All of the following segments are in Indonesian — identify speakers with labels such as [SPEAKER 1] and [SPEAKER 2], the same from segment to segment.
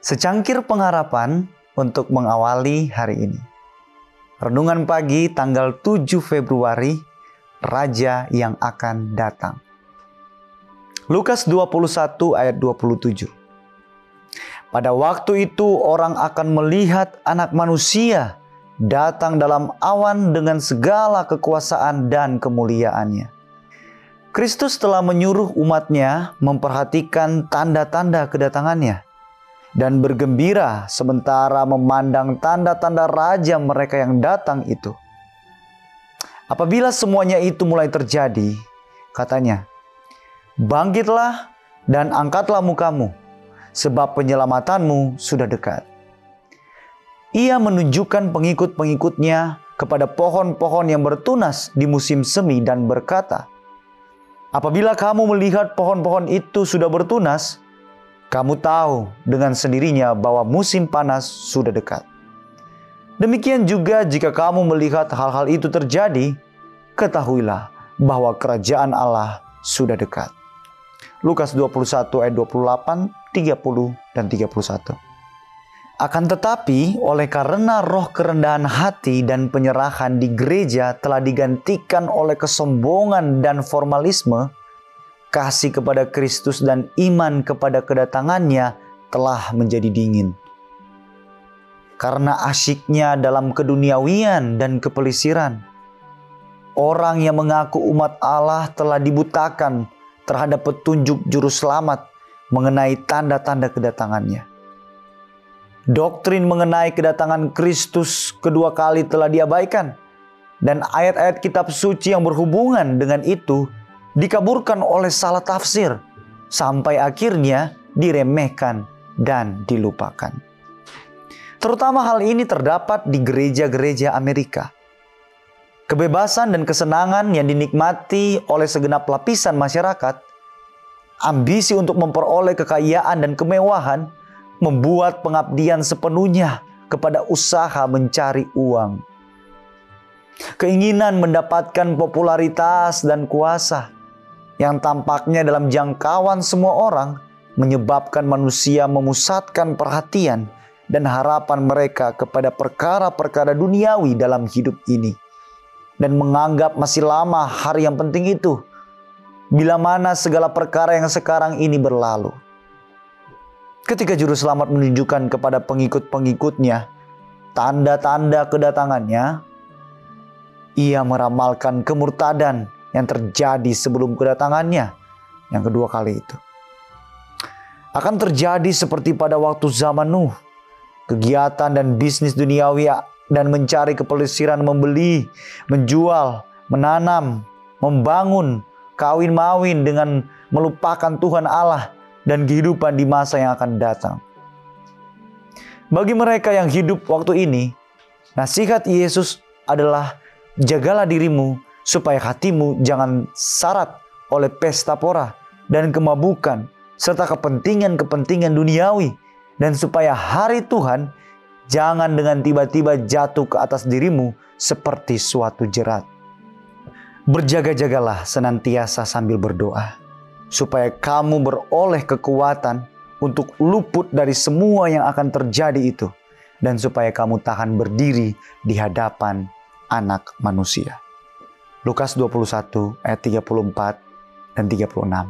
[SPEAKER 1] Secangkir pengharapan untuk mengawali hari ini. Renungan pagi tanggal 7 Februari, Raja yang akan datang. Lukas 21 ayat 27. Pada waktu itu orang akan melihat Anak Manusia datang dalam awan dengan segala kekuasaan dan kemuliaannya. Kristus telah menyuruh umatnya memperhatikan tanda-tanda kedatangannya dan bergembira sementara memandang tanda-tanda raja mereka yang datang itu. Apabila semuanya itu mulai terjadi, katanya, "Bangkitlah dan angkatlah mukamu, sebab penyelamatanmu sudah dekat." Ia menunjukkan pengikut-pengikutnya kepada pohon-pohon yang bertunas di musim semi dan berkata, "Apabila kamu melihat pohon-pohon itu sudah bertunas, kamu tahu dengan sendirinya bahwa musim panas sudah dekat. Demikian juga jika kamu melihat hal-hal itu terjadi, ketahuilah bahwa kerajaan Allah sudah dekat." Lukas 21 ayat 28, 30, dan 31. Akan tetapi, oleh karena roh kerendahan hati dan penyerahan di gereja telah digantikan oleh kesombongan dan formalisme, kasih kepada Kristus dan iman kepada kedatangannya telah menjadi dingin. Karena asyiknya dalam keduniawian dan kepelisiran, orang yang mengaku umat Allah telah dibutakan terhadap petunjuk juru selamat mengenai tanda-tanda kedatangannya. Doktrin mengenai kedatangan Kristus kedua kali telah diabaikan, dan ayat-ayat kitab suci yang berhubungan dengan itu dikaburkan oleh salah tafsir, sampai akhirnya diremehkan dan dilupakan. Terutama hal ini terdapat di gereja-gereja Amerika. Kebebasan dan kesenangan yang dinikmati oleh segenap lapisan masyarakat, ambisi untuk memperoleh kekayaan dan kemewahan, membuat pengabdian sepenuhnya kepada usaha mencari uang. Keinginan mendapatkan popularitas dan kuasa yang tampaknya dalam jangkauan semua orang menyebabkan manusia memusatkan perhatian dan harapan mereka kepada perkara-perkara duniawi dalam hidup ini dan menganggap masih lama hari yang penting itu, bila mana segala perkara yang sekarang ini berlalu. Ketika juru selamat menunjukkan kepada pengikut-pengikutnya tanda-tanda kedatangannya, ia meramalkan kemurtadan yang terjadi sebelum kedatangannya yang kedua kali itu. Akan terjadi seperti pada waktu zaman Nuh. Kegiatan dan bisnis duniawi dan mencari kepelisiran membeli, menjual, menanam, membangun, kawin-mawin dengan melupakan Tuhan Allah dan kehidupan di masa yang akan datang. Bagi mereka yang hidup waktu ini, nasihat Yesus adalah jagalah dirimu supaya hatimu jangan syarat oleh pesta pora dan kemabukan serta kepentingan-kepentingan duniawi, dan supaya hari Tuhan jangan dengan tiba-tiba jatuh ke atas dirimu seperti suatu jerat. Berjaga-jagalah senantiasa sambil berdoa, supaya kamu beroleh kekuatan untuk luput dari semua yang akan terjadi itu, dan supaya kamu tahan berdiri di hadapan Anak Manusia. Lukas 21 ayat 34 dan 36.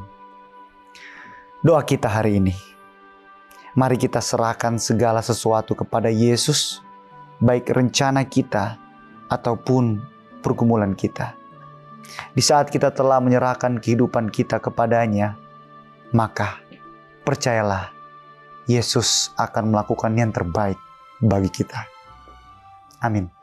[SPEAKER 1] Doa kita hari ini. Mari kita serahkan segala sesuatu kepada Yesus, baik rencana kita ataupun pergumulan kita. Di saat kita telah menyerahkan kehidupan kita kepadanya, maka percayalah, Yesus akan melakukan yang terbaik bagi kita. Amin.